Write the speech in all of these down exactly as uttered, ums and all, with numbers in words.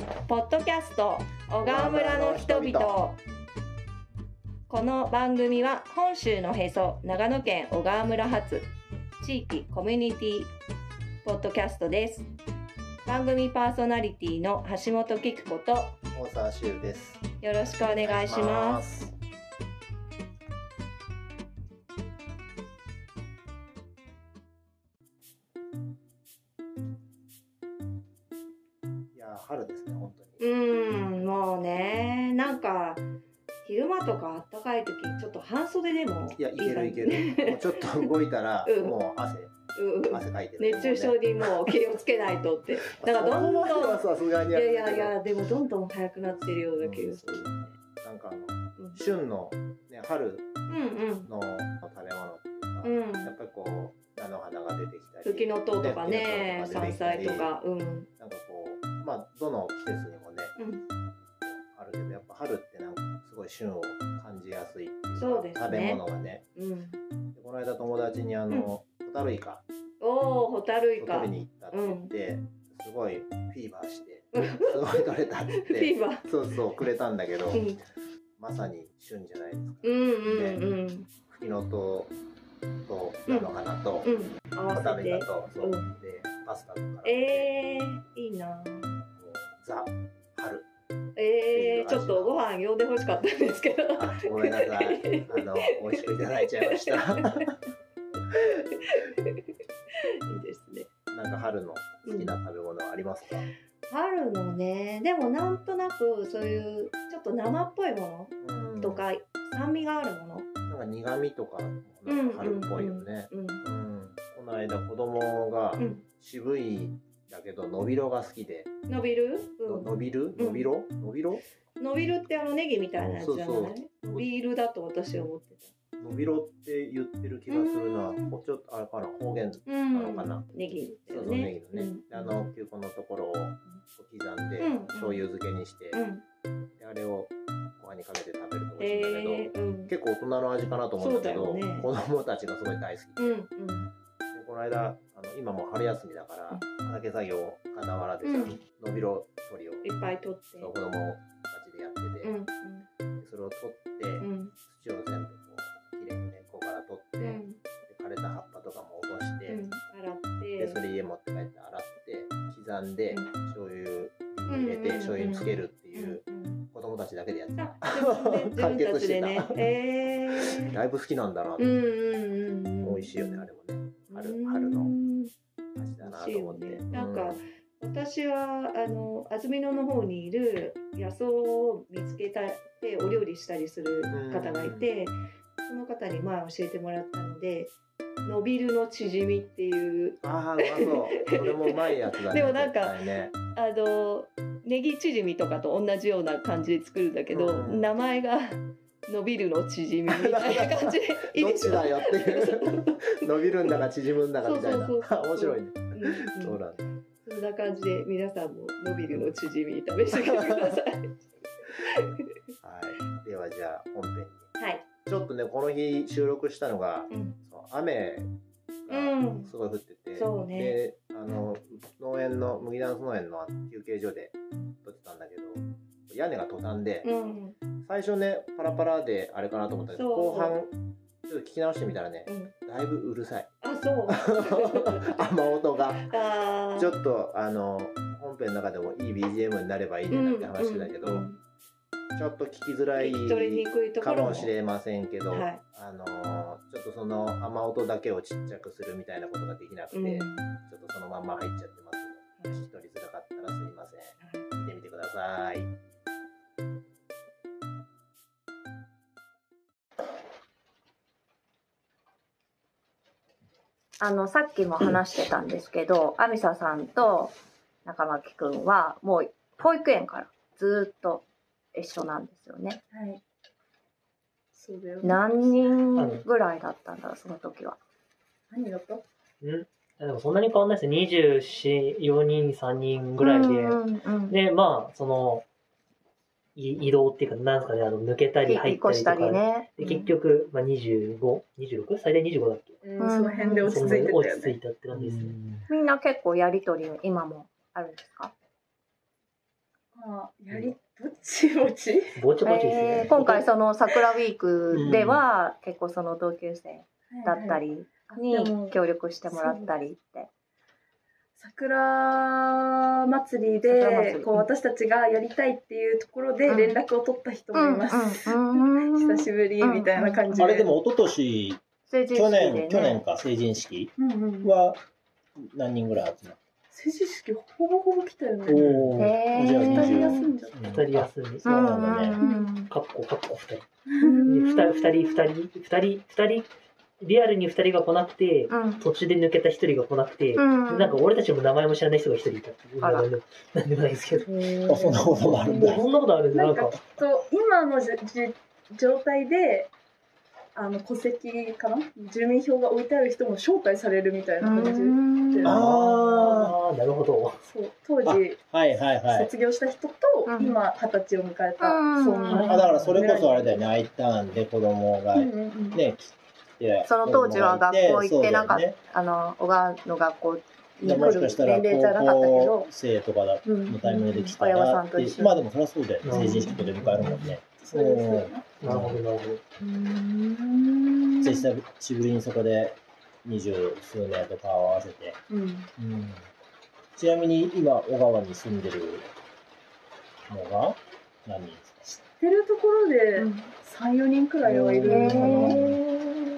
ポッドキャスト小川村の人々。この番組は本州のへそ長野県小川村発地域コミュニティポッドキャストです。番組パーソナリティの橋本菊子と大沢修です。 よろしくお願いします。 いや春ですね、本当に。 うーん、もうね、なんか昼間とかあったかい時ちょっと半袖でもいやいけるいける。もうちょっと動いたら、うん、もう汗。うん、汗かいてる、ね、 熱中症にもう気をつけないとってだからどんどんさすがにいやいやいやでもどんどん早くなってるような気がする、 うん、なんかあの、うん、旬の、ね、春の食べ物っていうか、うんうん、やっぱりこう菜の花が出てきたりフキノトウとかね山菜とか、うん、 なんかこうまあどの季節にもね、うん、あるけどやっぱ春ってなんかすごい旬を感じやすいっていうか、そうですね、食べ物がね、うん、でこの間友達にあの、うん、ホタルイカおーホタルイカ取りに行ったって言って、うん、すごいフィーバーしてすごい取れたってフィーバーそうそうくれたんだけど、うん、まさに旬じゃないですか、 うんうんうん、 フキノトウと菜の花と、うんうん、ホタルイカとそう、うん、でパスタとかえー、いいなもうザ春えー、ちょっとご飯呼んでほしかったんですけどあごめんなさいあの美味しくいただいちゃいましたいいですね。 なんか春の好きな食べ物はありますか？うん、 春のね、でもなんとなくそういうちょっと生っぽいものとか、うん、酸味があるもの。 なんか苦味とかなんか春っぽいよね。この間子供が渋いだけど伸びろが好きで。 伸びる？ うん、伸びる？伸びろ？伸びろ？ 伸びるってあのネギみたいなやつじゃない？そうそう伸びるだと私は思ってた。 伸びろって言ってる気がするのは、もうちょっとあれかな、方言なのかな。 ネギ、ね、 そうそうネギのね。うん、あの球根のところを刻んで、うん、醤油漬けにして、うん、であれをご飯にかけて食べると美味しいんだけど、えーうん、結構大人の味かなと思うんだけど、ね、子供たちがすごい大好きで、うんうん、でこの間あの今もう春休みだから畑作業傍らでさ、うん、伸びろ取りをいっぱい取って子供たちでやってて、うんうん、でそれを取って、うん、土を全部きれいに根っこから取って、うん、で枯れた葉っぱとかも落として、うん、 洗ってでそれ家持って帰って洗って刻んで、うん、醤油に入れて、うん、醤油につけるっていう、うん、子供たちだけでやってた完結してた、ねえー、だいぶ好きなんだなと思って、うんうん、美味しいよねあれもね 春, 春の味だなと思って、ね、 なんか、うん、私はあの安曇野の方にいる野草を見つけたでお料理したりする方がいて、その方に前教えてもらったので、伸びるの縮みっていう。 ああ、うまそう。これもうまいやつだね。 でもなんか、ね、あのネギ縮みとかと同じような感じで作るんだけど、うん、名前が伸びるの縮みみたいな感じで。 どっちだよっていう伸びるんだか縮むんだかみたいな。そうそうそう面白いね。うんうん、そうなんだ。 そんな感じで皆さんも伸びるの縮み試してみてください。はい。 ではじゃあ本編に。 はい。 ちょっとねこの日収録したのが、うん、そう雨がすごい降ってて、うん、そうね、であの農園の麦ダンス農園の休憩所で撮ってたんだけど屋根がトタンで、うん、最初ねパラパラであれかなと思ったけど後半ちょっと聞き直してみたらね、うん、だいぶうるさい。 あそう雨音がちょっとあの本編の中でもいい ビージーエム になればいいねなんて話してたけど、うんうんうんちょっと聞きづらいかもしれませんけど、はい、あのちょっとその雨音だけをちっちゃくするみたいなことができなくて、うん、ちょっとそのまんま入っちゃってます。聞き取りづらかったらすいません。聞いてみてください。 あのさっきも話してたんですけど、あみささんと中巻くんはもう保育園からずっと一緒なんですよね。 はい。そうだよね。 何人ぐらいだったんだろう、その時は。 何だった？ ん？でもそんなに変わんないですよ。にじゅうよにん、さんにんぐらいで。うんうんうん、で、まあ、その、移動っていうか、なんですかね、あの抜けたり入ったりとか。ね、で結局、まあ、にじゅうご、にじゅうろく？最大にじゅうごだっけ？ うん、その辺で落ち着いてたよね。 落ち着いたって感じですね。 みんな結構やりとり今もあるんですか？ まあ、やりぼちぼちぼちぼちですね、 えー、今回その桜ウィークでは、うん、結構その同級生だったりに協力してもらったりって。 桜祭りでこう私たちがやりたいっていうところで連絡を取った人もいます。久しぶりみたいな感じで。 あれでも一昨年、ね、去年去年か成人式は何人ぐらい集まった？ 成人式ほぼほぼ来たよね。 おお。じゃあ二人休んじゃった。 二人休んで。 そうなんだね。 かっこかっこ二人。二人二人二人二人二人。リアルにふたりが来なくて、うん、途中で抜けたひとりが来なくて、うん、なんか俺たちも名前も知らない人がひとりいたっていう。あら。なんでもないですけど。 あ、そんなことがあるんだ。 そんなことあるんだ。 なんかきっと今のじじ状態で、あの戸籍かな住民票が置いてある人も招待されるみたいな感じで。 ああ、なるほど。 そう、当時、はいはいはい、卒業した人と、うん、今二十歳を迎えたそうあ、だからそれこそあれだよね、I ターンで子供がね、うんうんうんその当時は学校行ってなかった、ね、あの小川の学校に来る年齢じゃなかったけど、 生とかだのタイミングで来たらって、うん、まあでもそりゃそうだよね、成人式とかで迎えるもんね。 そうですよね。 なるほどなるほど。 久しぶりにそこで二十数名と顔を合わせて、うんうん、ちなみに今小川に住んでるのが何人ですか？ 知ってるところでさん、よにんくらいはいるのかな。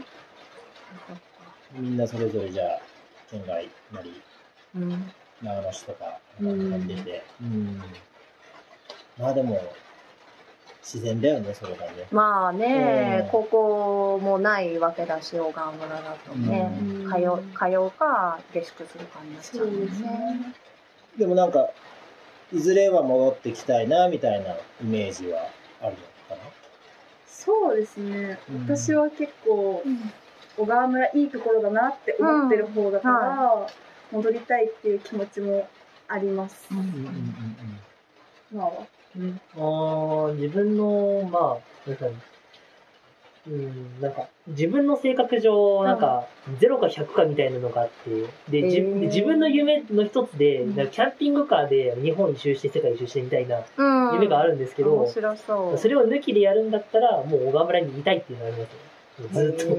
みんなそれぞれじゃあ県外なり、うん、長野市とかなんでて、うんうん、まあでも自然だよねそれがね。 まあね、うん、高校もないわけだし小川村だとね、うん、通通うか下宿するかになっちゃうんですね。 でもなんかいずれは戻ってきたいなみたいなイメージはあるのかな。 そうですね、うん、私は結構、うん小川村いいところだなって思ってる方だから、うんはい、戻りたいっていう気持ちもあります。今は、 うん、あ自分のまあなんか、うん、なんか自分の性格上なんか、うん、ゼロかひゃくかみたいなのがあってで、えー、自分の夢の一つで、うん、なんかキャンピングカーで日本一周して世界一周してみたいな夢があるんですけど、 うん、面白そう。 それを抜きでやるんだったらもう小川村にいたいっていうのがありますね。ずっと。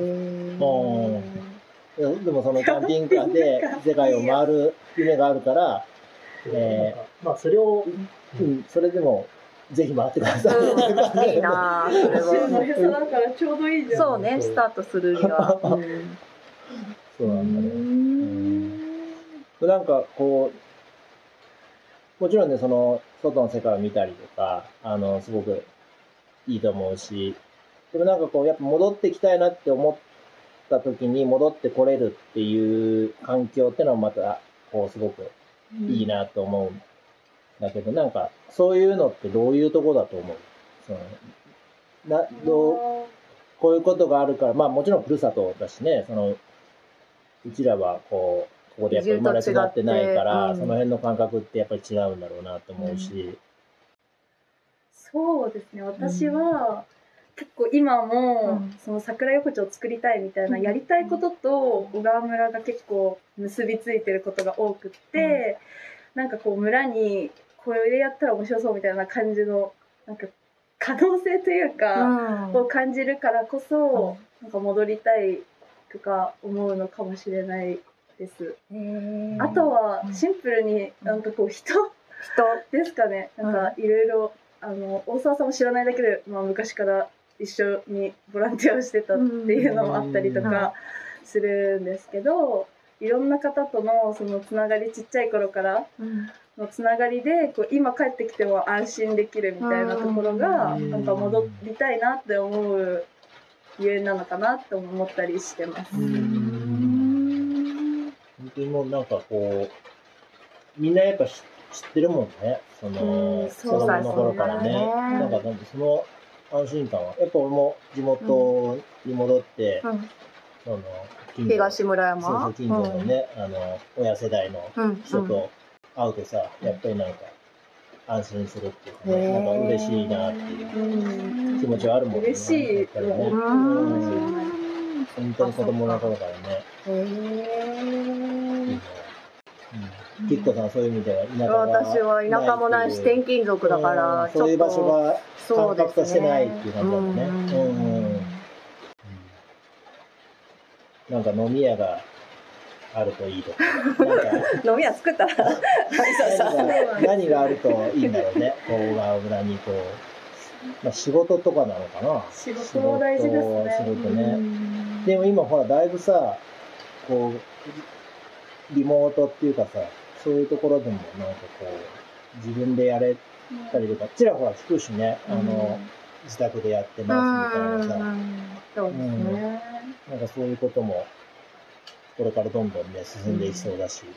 でもそのキャンピングカーで世界を回る夢があるから、 えー、まあそれを、 うん、それでもぜひ回ってください。 うん、いいなぁ。 それは。週のへそだからちょうどいいじゃん。 そうね、スタートするには。うん、 そうなんだね。うんなんかこう、もちろんね、その外の世界を見たりとか、あの、すごくいいと思うし、でもなんかこう、やっぱ戻ってきたいなって思った時に戻ってこれるっていう環境ってのはまた、こう、すごくいいなと思うんだけど、うん、なんか、そういうのってどういうとこだと思う？そのな、どう、こういうことがあるから、まあもちろんふるさとだしね、その、うちらはこう、ここでやっぱ生まれ育ってないから、うん、その辺の感覚ってやっぱり違うんだろうなと思うし。うん、 そうですね、私は、うん結構今も、うん、その桜横丁を作りたいみたいなやりたいことと小川村が結構結びついてることが多くって、うん、なんかこう村にこれでやったら面白そうみたいな感じのなんか可能性というか、うん、を感じるからこそ、うん、なんか戻りたいとか思うのかもしれないです。あとはシンプルになんかこう人、人ですかね。なんかいろいろあの大沢さんも知らないだけで、まあ、昔から一緒にボランティアをしてたっていうのもあったりとかするんですけど、いろんな方とのそのつながりちっちゃい頃からのつながりでこう今帰ってきても安心できるみたいなところがなんか戻りたいなって思うゆえんなのかなって思ったりしてます。 本当にもうなんかこうみんなやっぱ知ってるもんね、その子供の頃からね。なんかなんかその安心感はやっぱ俺も地元に戻って、うん、その近所東村山そうそう近所のね、うん、あの親世代の人と会うとさ、うん、やっぱりなんか安心するっていうかね、なんか嬉しいなっていう気持ちはあるもんね。 嬉しいやっぱりね。うん本当に子供の頃からね。 へー。 うんきっこさんそういう意味では田舎が私は田舎もないし転勤族だから、 そういう場所が感覚としてないっていう感じだよね。うんうん、なんか飲み屋があるといいとか。 飲み屋作ったら何が何があるといいんだろうね。こう小川村にこう、まあ、仕事とかなのかな。 仕事も大事ですね。 仕事ね。でも今ほらだいぶさ、こうリモートっていうかさ、そういうところでもなんかこう自分でやれたりとか、ちらほら聞くしね、あの自宅でやってますみたいなさ。 そうですね。 なんかそういうこともこれからどんどんね進んでいきそうだし。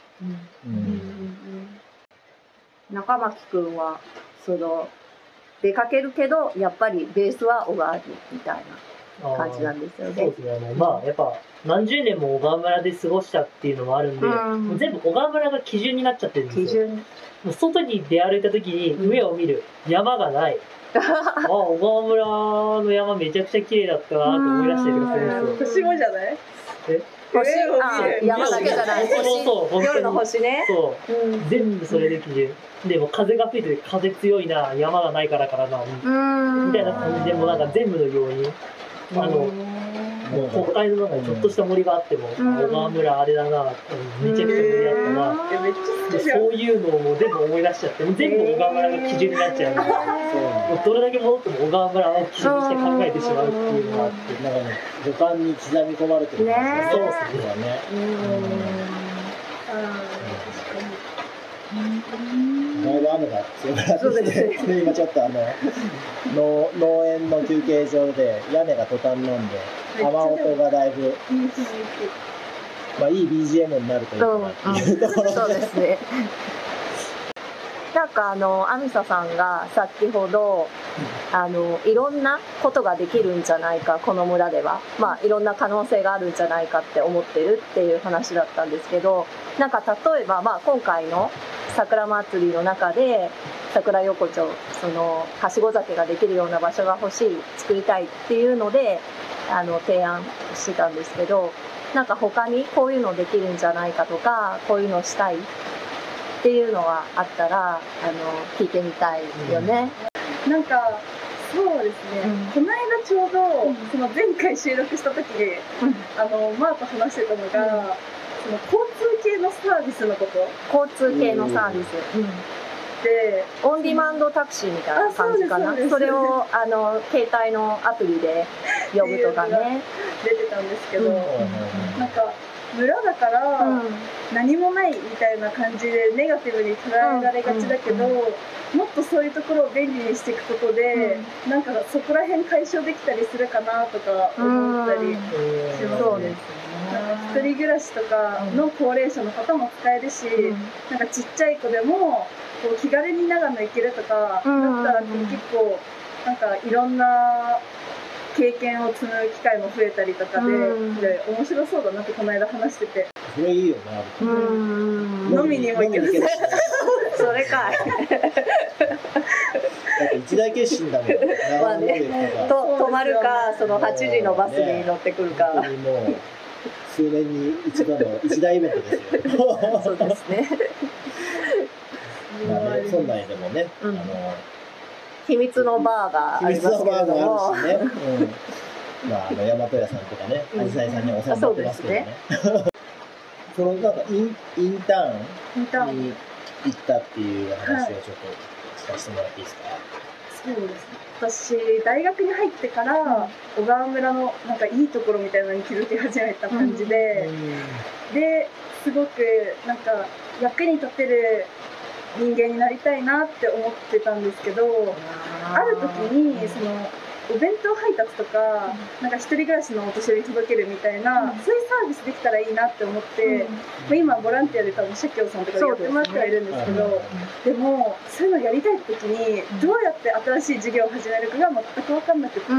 中巻くんはその出かけるけどやっぱりベースは小川みたいな感じなんですよね。 そうですね。あのまあやっぱ何十年も小川村で過ごしたっていうのもあるんで、うん、全部小川村が基準になっちゃってるんですよ。基準。もう外に出歩いた時に上を見る、山がない。あ、小川村の山めちゃくちゃ綺麗だったなと思い出したりとかするんですよ。 星もじゃない？ え？ 星あ、山だけじゃない。 そうそうそう、 夜の星ね。 そう、うん、全部それで基準。でも風が吹いてて風強いな、山がないからからな、みたいな感じでもなんか全部のように、あの、もう北海道の中にちょっとした森があっても、小川村あれだな、めちゃくちゃ森だったな、そういうのをもう全部思い出しちゃって、全部小川村が基準になっちゃうので、もうどれだけ戻っても小川村を基準にして考えてしまうっていうのがあって、 なんかね、五感に刻み込まれてる感じがそうですね。だいぶ雨が強くなってきて、今ちょっとあの農農園の休憩場で屋根が途端なんで雨音がだいぶ、まあいい ビージーエム になるといいかなっていうところで、 そうですね。なんかあのアミサさんが先ほどあのいろんなことができるんじゃないか、この村では、まあ、いろんな可能性があるんじゃないかって思ってるっていう話だったんですけど、なんか例えば、まあ、今回の桜祭りの中で桜横丁、そのはしご酒ができるような場所が欲しい、作りたいっていうのであの提案してたんですけど、なんか他にこういうのできるんじゃないかとか、こういうのしたいっていうのがあったらあの聞いてみたいよね。うん、なんかそうですね、うん、この間ちょうど、うん、その前回収録した時に、うん、あのマーと話してたのが、うん、その交通系のサービスのこと、交通系のサービス、うんうん、でオンディマンドタクシーみたいな感じかな。 そ, それをあの携帯のアプリで呼ぶとかね出てたんですけど、うん、なんか村だから何もないみたいな感じでネガティブに捉えられがちだけど、もっとそういうところを便利にしていくことで、うん、なんかそこら辺解消できたりするかなとか思ったりしますね。そうですね。一人暮らしとかの高齢者の方も使えるし、うん、なんかちっちゃい子でもこう気軽に長野行けるとかだったら結構なんかいろんな経験を積む機会も増えたりとかで、うん、で面白そうだなってこの間話してて。 それいいよな。 うん、飲みにも行けるし。それかい。 だって一大決心だもん。 まあね、と泊まるかそのはちじのバスに乗ってくるか。 本当にもう数年に一度の一大イベントですよ。 そうですね。 まあね、村内でもね、うん、あの秘密のバーがありますけれども。秘密のバーがあるしね。 うん、まああの大和屋さんとかね、あじさいさんにお世話になってますけどね。そのなんかインインターンに行ったっていう話をちょっと聞かせてもらっていいですか。 そうですね。私大学に入ってから小川村のなんかいいところみたいなのに気づき始めた感じで、うん、ですごくなんか役に立てる人間になりたいなって思ってたんですけど、ある時にそのお弁当配達とか、なんか一人暮らしのお年寄りに届けるみたいな、うん、そういうサービスできたらいいなって思って、うん、今ボランティアで多分社協さんとかでやってもらってはいるんですけど、でもそういうのやりたい時にどうやって新しい事業を始めるかが全く分かんなくって、うん、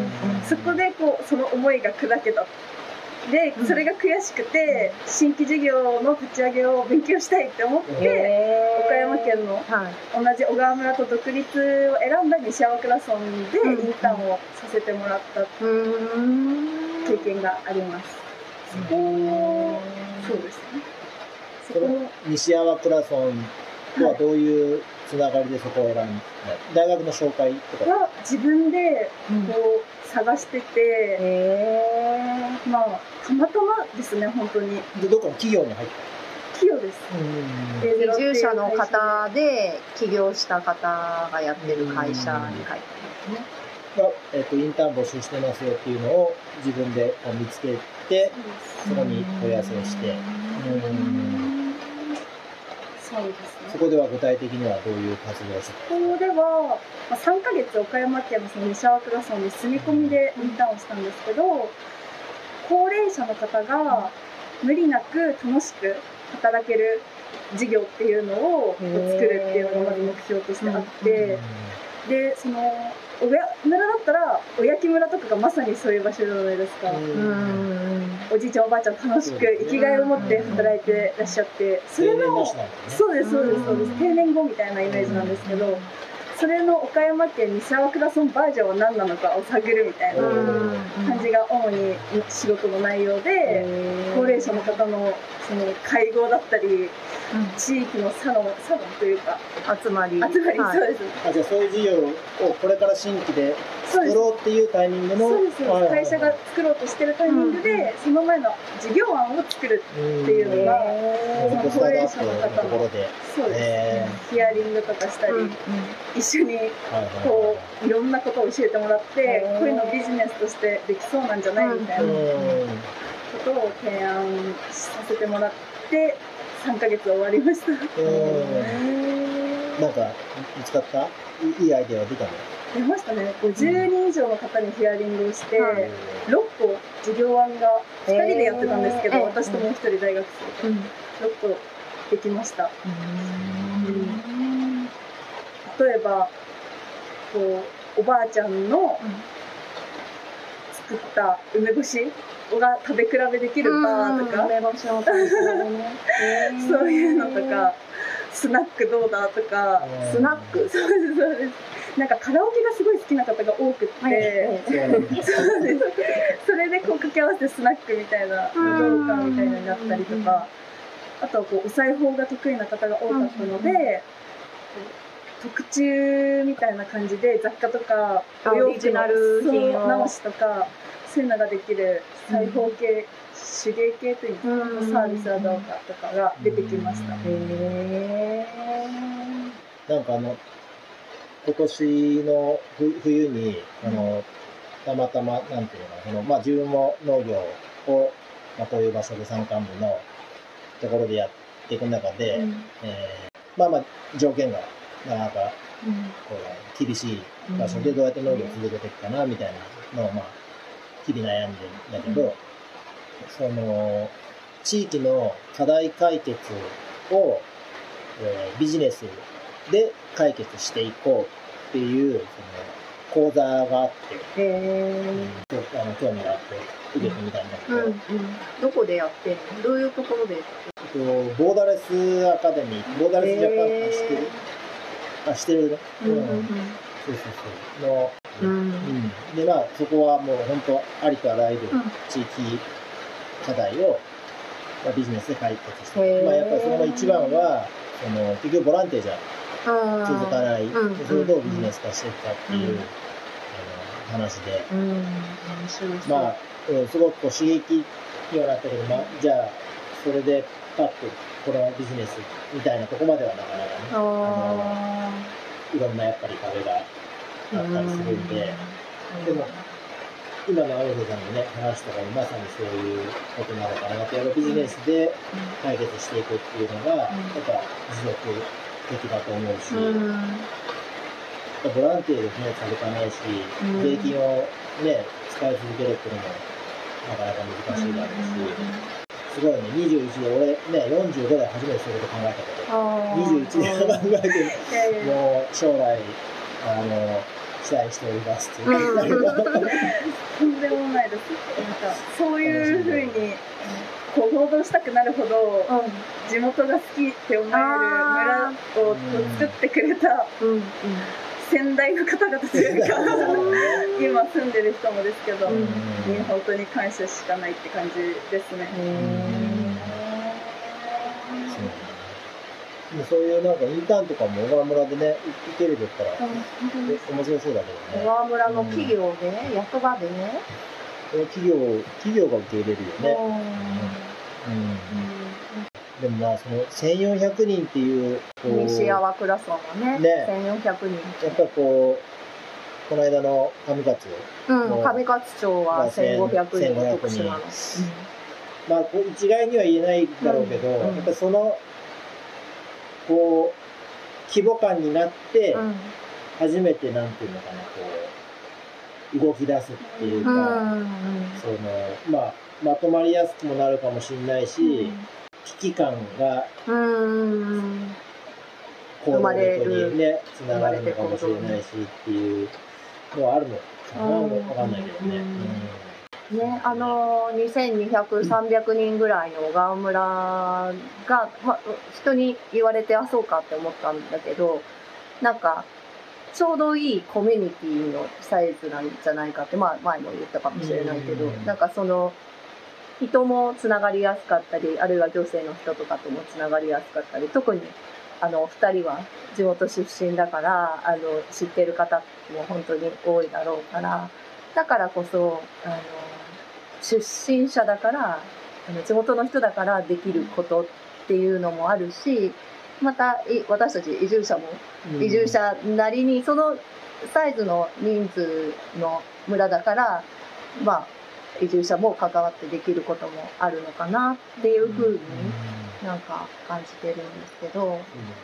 そこでこうその思いが砕けた。でそれが悔しくて新規事業の立ち上げを勉強したいって思って、岡山県の同じ小川村と独立を選んだ西粟倉村でインターンをさせてもらった経験があります。そうですね。 そこの西粟倉村とはどういうつながりでそこを選んだ、はい、大学の紹介とかは自分でこう探してて、うん、まあたまたまですね、本当に。 でどこの企業に入った？ 企業です。 移住者の方で起業した方がやってる会社に入ったんですね。 が、えーと、インターン募集してますよっていうのを自分で見つけて、そこに問い合わせをして、うんそうですね。 そこでは具体的にはどういう活動をしてた？ そこでは、まあ、さんかげつ岡山県のその西粟倉村に住み込みでインターンをしたんですけど、高齢者の方が無理なく楽しく働ける事業っていうのを作るっていうのがまず目標としてあって、でその小倉村だったら小焼村とかがまさにそういう場所じゃないですか。おじいちゃんおばあちゃん楽しく生きがいを持って働いてらっしゃって、それのそうですそうですそうです定年後みたいなイメージなんですけど、それの岡山県西粟倉村バージョンは何なのかを探るみたいな感じが主に仕事の内容で、高齢者の方のその介護だったり、地域のサロンサロンというか集まり集まり、そうです。 あ、じゃあそういう事業をこれから新規で作ろうっていうタイミングの、 そうですそうです、会社が作ろうとしてるタイミングで、その前の事業案を作るっていうのが、その高齢者の方のそうですヒアリングとかしたり、一緒にこういろんなことを教えてもらって、こういうのビジネスとしてできそうなんじゃないみたいなことを提案させてもらってさんかげつ終わりました。なんか見つかった？いいアイデアは出たの？ 出ましたね。ごじゅうにん以上の方にヒアリングをして、ろっこ事業案がふたりでやってたんですけど、私ともうひとり大学生でろっこできました。例えばこうおばあちゃんの作った梅干しが食べ比べできるバーとか、梅干しのそういうのとか、スナックどうだとか、 スナック、 そうですそうです。なんかカラオケがすごい好きな方が多くって、それでこう掛け合わせてスナックみたいな武道館みたいなのになったりとか、あとはこうお裁縫が得意な方が多かったので、特注みたいな感じで雑貨とかオリジナル品を直しとかそういうのができる裁縫系、手芸系というサービスアドバとかが出てきました。へー。なんかあの今年の冬にあのたまたまなんていうのかな、そのまあ自分も農業をまあこういう場所で山間部のところでやっていく中で、うん、えー、まあまあ条件がなかなかこう厳しい場所でどうやって農業を続けていくかなみたいなのをまあ日々悩んでるんだけど、その地域の課題解決を、えー、ビジネスで解決していこうっていうその講座があって、へー、あの興味があって受けてみたんだけど、うんうん、 どこでやってるの？どういうところで？ ボーダレスアカデミー、ボーダレスジャパンって知ってる？あ、してるね。うん。うんうん、そうそうそう。の、うん。うん、で、まあ、そこはもう本当、ありとあらゆる地域課題を、まあ、ビジネスで解決して、まあ、やっぱりその一番は、その、結局ボランティアじゃ続かない、うん、それをどうビジネス化していくかっていう、うん、あの話で、うん、まあ、うん、すごくこう刺激にはなったけど、まあ、じゃあ、それでパッと、このビジネスみたいなとこまではなかなかね、あのいろんなやっぱり壁があったりするんで、でも今の青瀬さんのね話とかもまさにそういうことなのかなって、やっぱビジネスで解決していくっていうのがやっぱ持続的だと思うし、ボランティアでね続かないし、税金をね使い続けるっていうのもなかなか難しいだろうし。すごいね、にじゅういちで俺ね、よんじゅうごで初めてそういうこと考えたけど、にじゅういちで考えて、もう将来、あの、期待しておりますっていう。 とんでもないです。なんか、そういうふうに、こう、報道したくなるほど、地元が好きって思える村を作ってくれた、先代の方々というか、今住んでる人もですけど、に本当に感謝しかないって感じですね。 そそういうなんかインターンとかも小川村でね、行けるだったら、面白そうだけどね。 小川村の企業で、ね、役場でね。 企業、企業が受け入れるよね。でもまあ、そのせんよんひゃくにんっていう、 西粟倉村はね、ねせんよんひゃくにん。 やっぱこう、この間の上勝。 うん、上勝町はせんごひゃくにん、徳島の。 まあ、一概には言えないだろうけど、やっぱりその、こう、規模感になって、初めて、なんていうのかな、こう、動き出すっていうか、その、まあ、まとまりやすくもなるかもしれないし、危機感が、行動にね、つながるのかもしれないしっていうのはあるのかな、わかんないけどね。 ね、あのにせんにひゃく、さんびゃくにんぐらいの小川村が、まあ、人に言われてあそうかって思ったんだけど、なんかちょうどいいコミュニティのサイズなんじゃないかって、まあ、前も言ったかもしれないけど、なんかその人もつながりやすかったり、あるいは行政の人とかともつながりやすかったり、特にあのふたりは地元出身だから、あの知ってる方も本当に多いだろうから、だからこそあの出身者だから、あの地元の人だからできることっていうのもあるし、また私たち移住者も移住者なりにそのサイズの人数の村だから、まあ移住者も関わってできることもあるのかなっていうふうになんか感じてるんですけど。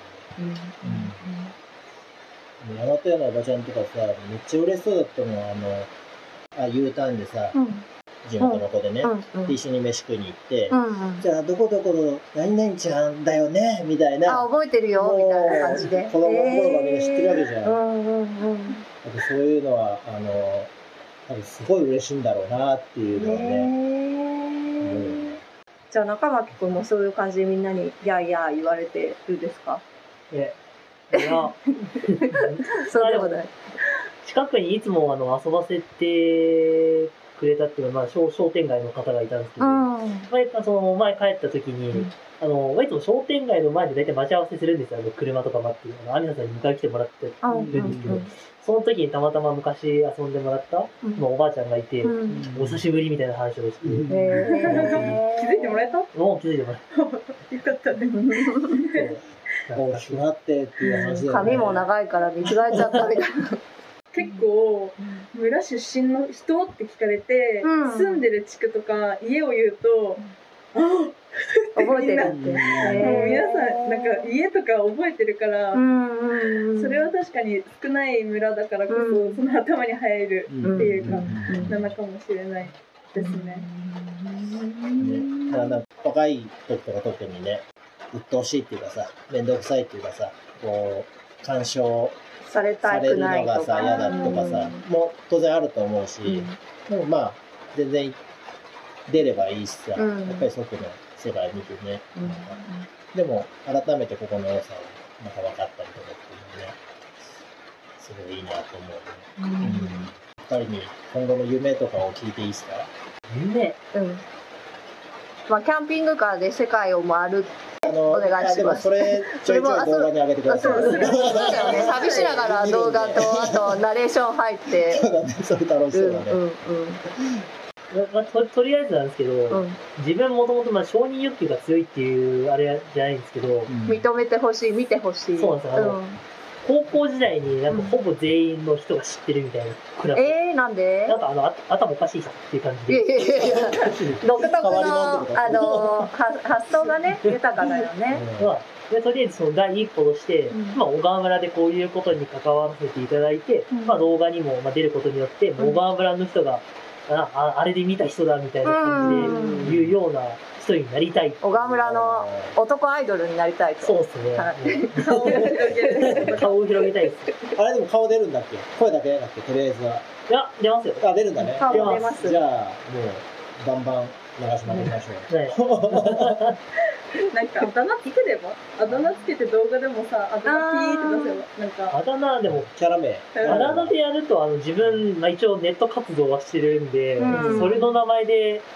大和屋のおばちゃんとかさ、めっちゃ嬉しそうだったのは、あの、あ U ターンでさ、うん地元の子でね、うんうん、一緒に飯食いに行って、うんうん、じゃあどこどこの何々ちゃんだよねみたいな、 あ覚えてるよみたいな感じで子供の頃がみんな知ってるわけじゃん、うんうんうん、そういうのはあの多分すごい嬉しいんだろうなっていうのはね、 うん、じゃあ中垣君もそういう感じでみんなにやーやー言われてるんですか？ えいやそうでもない。 近くにいつもあの遊ばせてくれたっていうのは、まあ、商, 商店街の方がいたんですけど、うん、前その前帰った時に、うん、あのいつも商店街の前で大体待ち合わせするんですよ、あの車とか待ってる。あのアミナさんに迎え来てもらってるんですけど、うんうんうん、その時にたまたま昔遊んでもらった、うん、おばあちゃんがいて、うん、お久しぶりみたいな話をして、うん、 えー、気づいてもらえた？ もう気づいてもらえた。 よかったね。 大きくなってっていう話だよね。 髪も長いから見違えちゃったみたいな。 結構村出身の人って聞かれて、うん、住んでる地区とか家を言うと、うん、あ覚えてるって、 もう皆さんなんか家とか覚えてるから、うん、それは確かに少ない村だからこそ、うん、その頭に入るっていうか、うん、なのかもしれないですね。 ね、だから若い時とか特にね、鬱陶しいっていうかさ、面倒くさいっていうかさ、こう干渉されたくないとかされるのがさ嫌だとかさ、うん、もう当然あると思うし、うん、でもまあ全然出ればいいしさ、うん、やっぱり外の世界見てね、うん、でも改めてここの良さをなんか分かったりとかっていうのね、すごいいいなと思うね。うんうん、ふたりに今後の夢とかを聞いていいですか？ 夢、 うんまあ、キャンピングカーで世界を回るあのお願いします。それちょいちょい動画に上げてください。 そうだよね。旅しながら動画とあとナレーション入って。 そうだね。それ楽しそうだね。うんうんうんまあ、と, とりあえずなんですけど、うん、自分もともと承認欲求が強いっていうあれじゃないんですけど、うん、 認めてほしい、見てほしい。 そうなんですよ。あの、うん高校時代になんかほぼ全員の人が知ってるみたいなクラス、うん、 えー、なんでなんかあのあ頭おかしいさっていう感じでいやいやいや独特のあの発想がね豊かだよね、 うんまあ、でとりあえずその第一歩として、うんまあ、小川村でこういうことに関わらせていただいて、うんまあ、動画にも出ることによって、うん、小川村の人があ, あれで見た人だみたいな感じで言うような人になりたい。 小川村の男アイドルになりたいと。 そうですね。顔を広げ顔を広げたいです。 あれでも顔出るんだっけ？声だけだっけ？とりあえずは。 いや出ますよ。 あ出るんだね。 顔出ます。 じゃあもうバンバン流しまくりましょう。 なんかあだ名つければ、あだ名つけて動画でもさ、あだ名ピーって出せば、なんかあだ名でもキャラ名。 あだ名でやるとあの自分、まあ、一応ネット活動はしてるんで、うん、それの名前で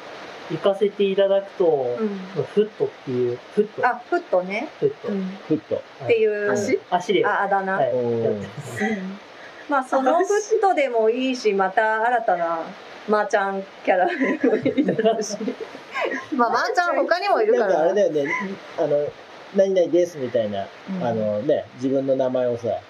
行かせていただくと、うん、フットっていう、フット。 あ、フットね。 フット。うん、 フット。 っていう、 足足で。 あ、あだ名。はい、まあ、そのフットでもいいし、また新たな、まーちゃんキャラでもいいだろうし。まあ、まーちゃん他にもいるから。 なんかあれだよね、あの、何々ですみたいな、うん、あのね、自分の名前をさ、はい、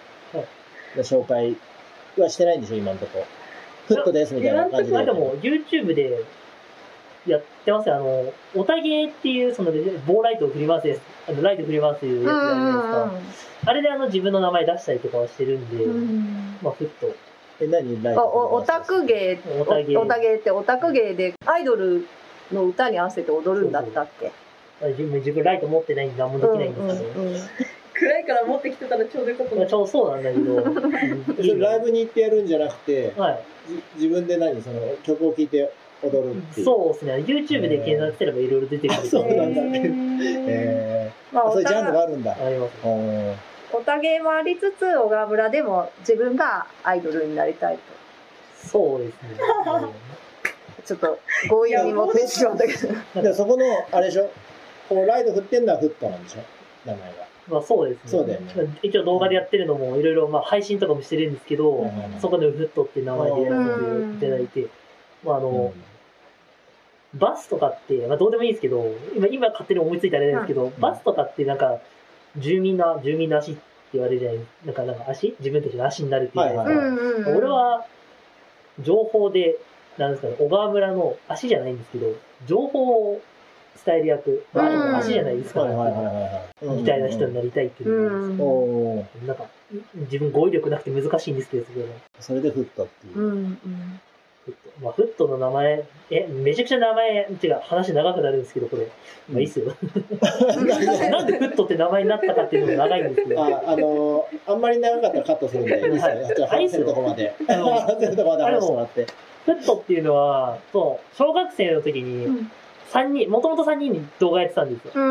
紹介はしてないんでしょ、今のところ。フットですみたいな感じで。 でも、YouTube でやってますよ。あの、おたげっていう、その、棒ライトを振り回すやつ、あのライト振り回すやつあるじゃないですか。あれであの、自分の名前出したりとかはしてるんで、うん、まあ、フット。 え、何ライトお、オタク芸、オタ芸。オタ芸ってオタク芸で、アイドルの歌に合わせて踊るんだったっけ？ そうそう、自分ライト持ってないんで何もできないんですけど。うんうんうん、 暗いから持ってきてたらちょうどよかった。 ちょうどそうなんだけど。 それライブに行ってやるんじゃなくて、はい、自分で何その曲を聴いて踊るっていう。 そうですね。YouTube で検索すればいろいろ出てくる。 そうなんだ。えー、まあ、そういうジャンルがあるんだ。 あります。 おたげもありつつ、小川村でも自分がアイドルになりたいと。 そうですね。 ちょっと強引に持ってしまったけど。 でそこの、あれでしょ、こうライト振ってんのはフットなんでしょ、名前が。 まあそうですね。 そうだよね。 一応動画でやってるのもいろいろまあ配信とかもしてるんですけど、うん、そこでフットっていう名前でやらせていただいて、まああの、うん、バスとかって、まあどうでもいいですけど、今、今勝手に思いついたあれなんですけど、うん、バスとかってなんか、住民の、住民の足って言われるじゃない、なんか、なんか足自分たちの足になるっていうじゃないですか。俺は、情報で、なんですかね、小川村の足じゃないんですけど、情報を伝える役、まあ、足じゃないですか、みたいな人になりたいっていうのが、なんか、自分語彙力なくて難しいんですけど、それは。 それでフットっていう。うんうん、 フット。まあ、フットの名前、え、めちゃくちゃ名前、違う、話長くなるんですけど、これ。まあいいっすよ。なんでフットって名前になったかっていうのも長いんですけど。 あ、あのー、あんまり長かったらカットするんで、いいですよ。じゃあ話せるとこまで。話せるとこまで話してもらって。 フットっていうのは、そう、小学生の時に、三人、もともとさんにんに動画やってたんですよ。うん、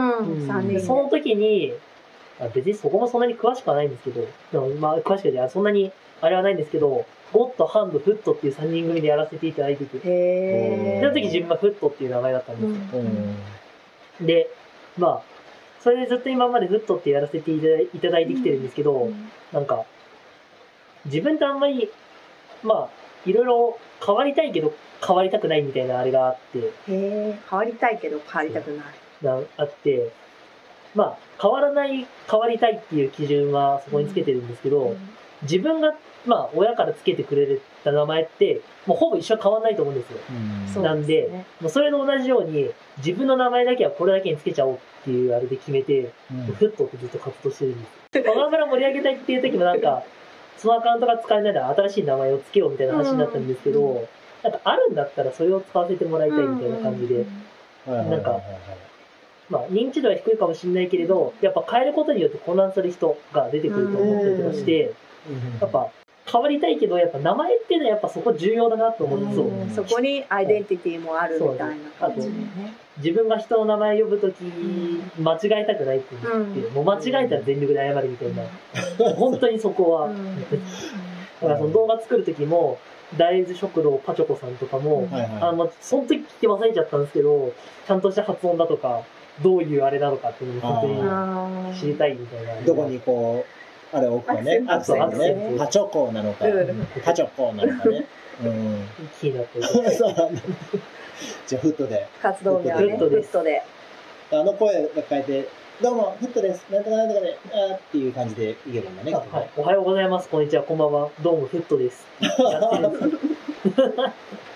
さんにん。その時に、あ別にそこもそんなに詳しくはないんですけど、でもまあ詳しくはそんなにあれはないんですけど、ゴッド、ハンド、フットっていうさんにん組でやらせていただいてて、へー。その時自分がフットっていう名前だったんですよ。うん、で、まあ、それでずっと今までフットってやらせていただいてきてるんですけど、うん、なんか、自分とあんまり、まあ、いろいろ変わりたいけど変わりたくないみたいなあれがあって。へえ、変わりたいけど変わりたくない。 なあって、まあ、変わらない、変わりたいっていう基準はそこにつけてるんですけど、うん、自分が、まあ、親からつけてくれた名前って、もうほぼ一緒変わらないと思うんですよ。うん、なんで、でね、もうそれと同じように、自分の名前だけはこれだけにつけちゃおうっていうあれで決めて、うん、フットってずっと活動してるんですよ。小川村盛り上げたいっていう時もなんか、そのアカウントが使えないなら新しい名前をつけようみたいな話になったんですけど、うん、なんかあるんだったらそれを使わせてもらいたいみたいな感じで、なんか、まあ認知度は低いかもしれないけれど、やっぱ変えることによって混乱する人が出てくると思ったりとかして、やっぱ変わりたいけど、やっぱ名前っていうのはやっぱそこ重要だなと思って、 うん、そこにアイデンティティもあるみたいな感じでね。 自分が人の名前呼ぶとき、間違えたくないって言って、うん、もう間違えたら全力で謝るみたいな。うん、本当にそこは。うん、だからその動画作るときも、大豆食堂パチョコさんとかも、はいはい、あの、その時聞き忘れちゃったんですけど、ちゃんとした発音だとか、どういうあれなのかっていうのを本当に知りたいみたいな。 どこにこう、あれ置くかね、アクセントね、パチョコなのか、パチョコなのかね。うん。 気になってる。そうなんだ。 じゃあ、フットで。 活動名はね、フットで。 あの声が変えて、どうも、フットです。なんとかなんとかで、あーっていう感じでいけるんだね。 はい。おはようございます。こんにちは。こんばんは。どうも、フットです。やってるんです。 了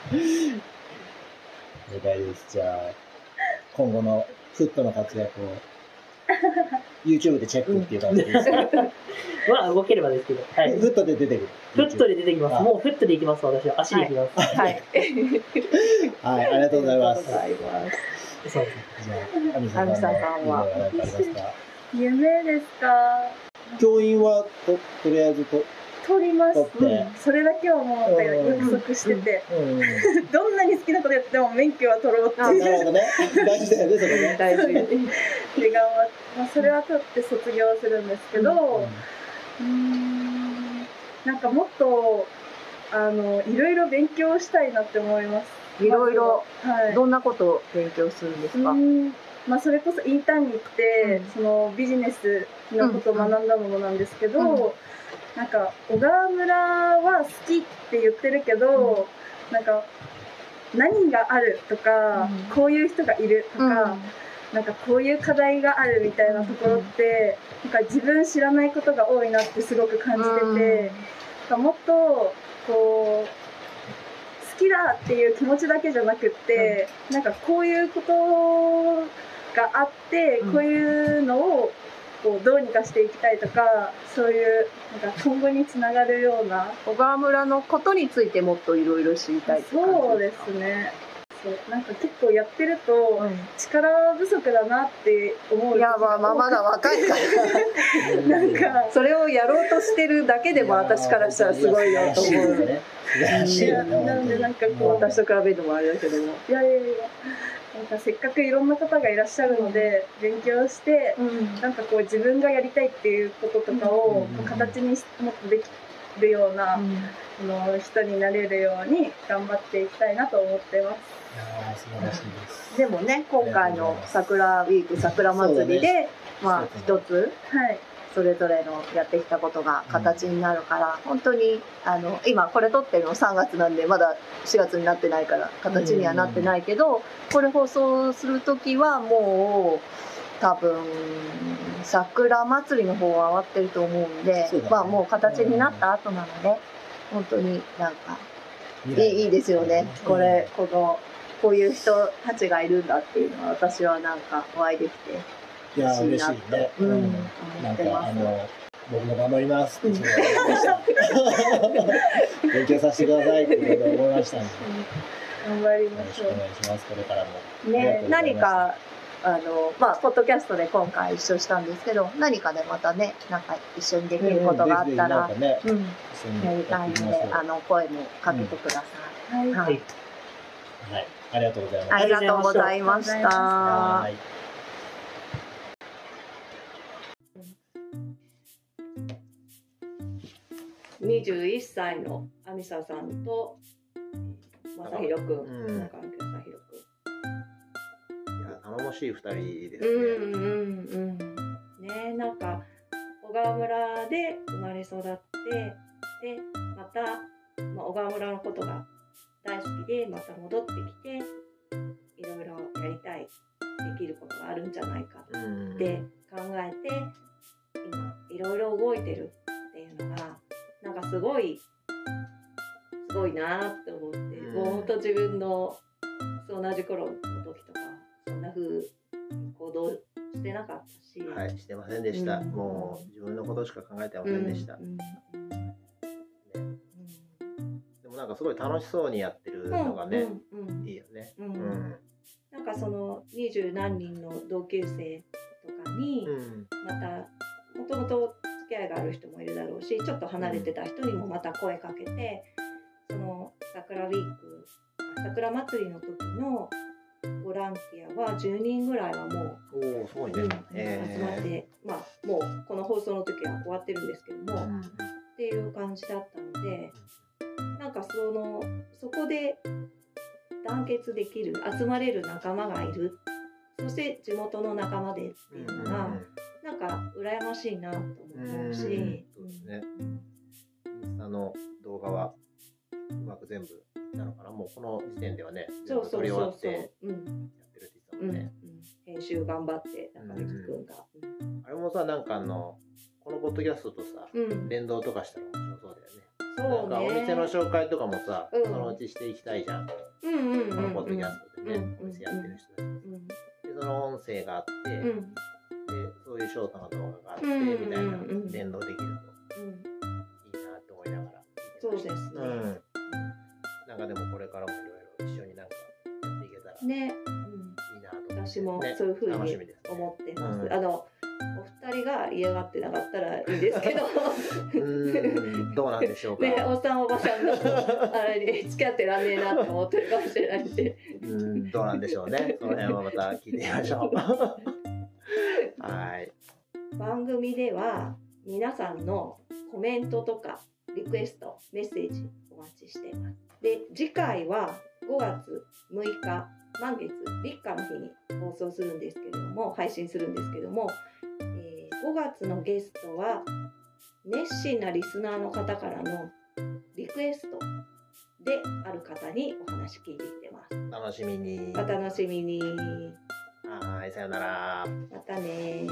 解です。じゃあ、今後のフットの活躍を YouTube でチェックっていう感じです。 まあ、動ければですけど。はい。 フットで出てくる。 フットで出てきます。もうフットで行きます。私は足で行きます。 はい。 はい。ありがとうございます。 ありがとうございます。 そうですね。じゃあ、アミさんさんは。 夢ですか。 教員はと、とりあえずと、 取ります。それだけはもう約束してて、どんなに好きなことやっても免許は取ろうっていう。 なるほどね。大事だよね、それね。 大事。で、頑張って、まあ、それは取って卒業するんですけど、うん、なんかもっと、あの、いろいろ勉強したいなって思います。 いろいろ、どんなことを勉強するんですか？ まあ、それこそインターンに行って、うん、そのビジネスのことを学んだものなんですけど、うんうん、なんか小川村は好きって言ってるけど、うん、なんか何があるとか、うん、こういう人がいるとか、うん、なんかこういう課題があるみたいなところって、うん、なんか自分知らないことが多いなってすごく感じてて、うん、もっとこう好きだっていう気持ちだけじゃなくって、うん、なんかこういうことがあって、こういうのをこうどうにかしていきたいとか、そういうなんか今後につながるような小川村のことについてもっといろいろ知りたいって感じですか？ そうですね。そうなんか結構やってると力不足だなって思う。 いやまあまあまだ若いからなんかそれをやろうとしてるだけでも私からしたらすごいよと思う。 いやなんでなんかこう私と比べるのもあれだけども。 いやいやいや。なんかせっかくいろんな方がいらっしゃるので、勉強して、うん、なんかこう自分がやりたいっていうこととかをこう形にもっとできるような、うん、の人になれるように頑張っていきたいなと思ってます。 いや素晴らしいです。 でもね、今回の桜ウィーク桜祭りで、ね、まあ一つ、はい、それぞれのやってきたことが形になるから、うん、本当にあの今これ撮ってるのさんがつなんでまだしがつになってないから形にはなってないけど、うん、これ放送する時はもう多分桜祭りの方は終わってると思うんで、ね、まあもう形になった後なので、本当になんかいい、いいですよね。これこのこういう人たちがいるんだっていうのは私はなんかお会いできて。 いや嬉しいね。うん。なんかあの僕も頑張りますって思いました。勉強させてくださいってこと思いましたんで。 頑張りましょう。 よろしくお願いします。これからも。 ね、何かあのまあポッドキャストで今回一緒したんですけど、何かでまたねなんか一緒にできることがあったら、うん、やりたいのであの声もかけてください。はい。はい。 ありがとうございます。 ありがとうございました。はい。 にじゅういっさいのあみささんとまさひろくん、中野まさひろくん。 いや頼もしいふたりですね。 うんうんうん。ね、なんか小川村で生まれ育って、でまた、まあ、小川村のことが大好きでまた戻ってきていろいろやりたい、できることがあるんじゃないかって考えて今いろいろ動いてるっていうのがなんかすごいすごいなって思って、うん、もうほんと自分の同じ頃の時とかそんな風に行動してなかったし、 はいしてませんでした、うん、もう自分のことしか考えてませんでした、うんうんね、でもなんかすごい楽しそうにやってるのがね、うんうんうん、いいよね、うんうん、 なんかその二十何人の同級生とかに、うん、またもともと付き合いがある人もいるだろうし、ちょっと離れてた人にもまた声かけて、その桜ウィーク、桜祭りの時のボランティアはじゅうにんぐらいはもう、 おすごいね、うん、 集まって、まあもうこの放送の時は終わってるんですけども、うん、っていう感じだったので、なんかそのそこで団結できる、集まれる仲間がいる、そして地元の仲間でっていうのが、うんなんか羨ましいなと思うし、 そうですね。インスタの動画はうまく全部なのかな。もうこの時点ではね、 そうそうそうそう、 撮り終わってやってるって言ってたもんね。 うんうん、編集頑張って中道くんが、 うん。あれもさなんかあのこのポッドキャストとさ、うん、連動とかしたら面白そうだよね。そうね。なんかお店の紹介とかもさ、うん、そのうちしていきたいじゃん。うんうんうんうん、このポッドキャストでね、うんうん、お店やってる人たち、うん、でその音声があって。うんでそういうショートの動画があって、うんうんうん、みたいな連動できるといいなって思いながらそうですね、うん、 なんかでもこれからもいろいろ一緒になんかやっていけたらね、 うん、いいなと思って、ね、 私もそういうふうに思ってます、ね、あのお二人が嫌がってなかったらいいですけどうんどうなんでしょうか、 ね、おっさんおばさんのあれに付き合ってらんねえなって思ってるかもしれないんでうんどうなんでしょうね、その辺はまた聞いてみましょうはい。 番組では皆さんのコメントとかリクエスト、メッセージお待ちしています。で、次回はごがつむいか満月立夏の日に放送するんですけれども、配信するんですけども、えー、ごがつのゲストは熱心なリスナーの方からのリクエストである方にお話聞いてきてます。 楽しみに。 お楽しみに。 はい、さよなら。 またね。